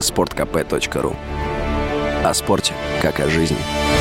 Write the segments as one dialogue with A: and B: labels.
A: sportkp.ru. О спорте, как о жизни.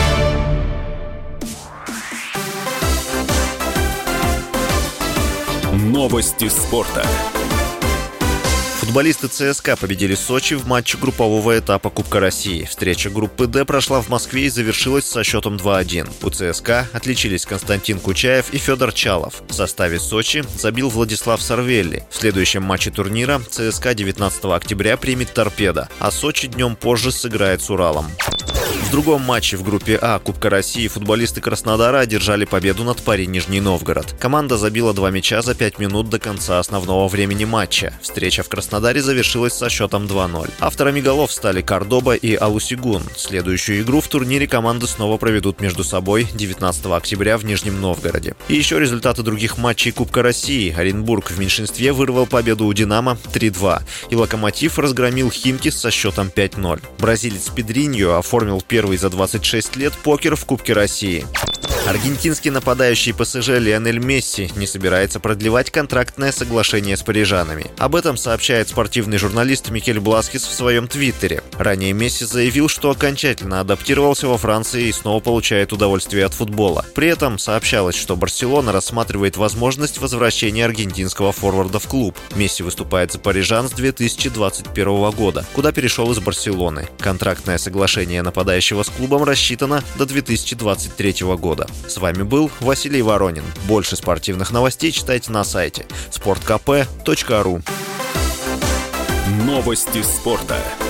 B: Новости спорта.
C: Футболисты ЦСКА победили Сочи в матче группового этапа Кубка России. Встреча группы «Д» прошла в Москве и завершилась со счетом 2-1. У ЦСКА отличились Константин Кучаев и Федор Чалов. В составе Сочи забил Владислав Сарвелли. В следующем матче турнира ЦСКА 19 октября примет «Торпедо», а Сочи днем позже сыграет с «Уралом». В другом матче в группе А Кубка России футболисты Краснодара одержали победу над Пари Нижний Новгород. Команда забила 2 мяча за 5 минут до конца основного времени матча. Встреча в Краснодаре завершилась со счетом 2-0. Авторами голов стали Кордоба и Алусигун. Следующую игру в турнире команды снова проведут между собой 19 октября в Нижнем Новгороде. И еще результаты других матчей Кубка России. Оренбург в меньшинстве вырвал победу у «Динамо» 3-2. И «Локомотив» разгромил «Химкис» со счетом 5-0. Бразилец Педриньо оформил первый за 26 лет покер в Кубке России. Аргентинский нападающий ПСЖ Лионель Месси не собирается продлевать контрактное соглашение с парижанами. Об этом сообщает спортивный журналист Микель Бласкис в своем твиттере. Ранее Месси заявил, что окончательно адаптировался во Франции и снова получает удовольствие от футбола. При этом сообщалось, что Барселона рассматривает возможность возвращения аргентинского форварда в клуб. Месси выступает за парижан с 2021 года, куда перешел из Барселоны. Контрактное соглашение нападающего с клубом рассчитано до 2023 года. С вами был Василий Воронин. Больше спортивных новостей читайте на сайте sportkp.ru.
B: Новости спорта.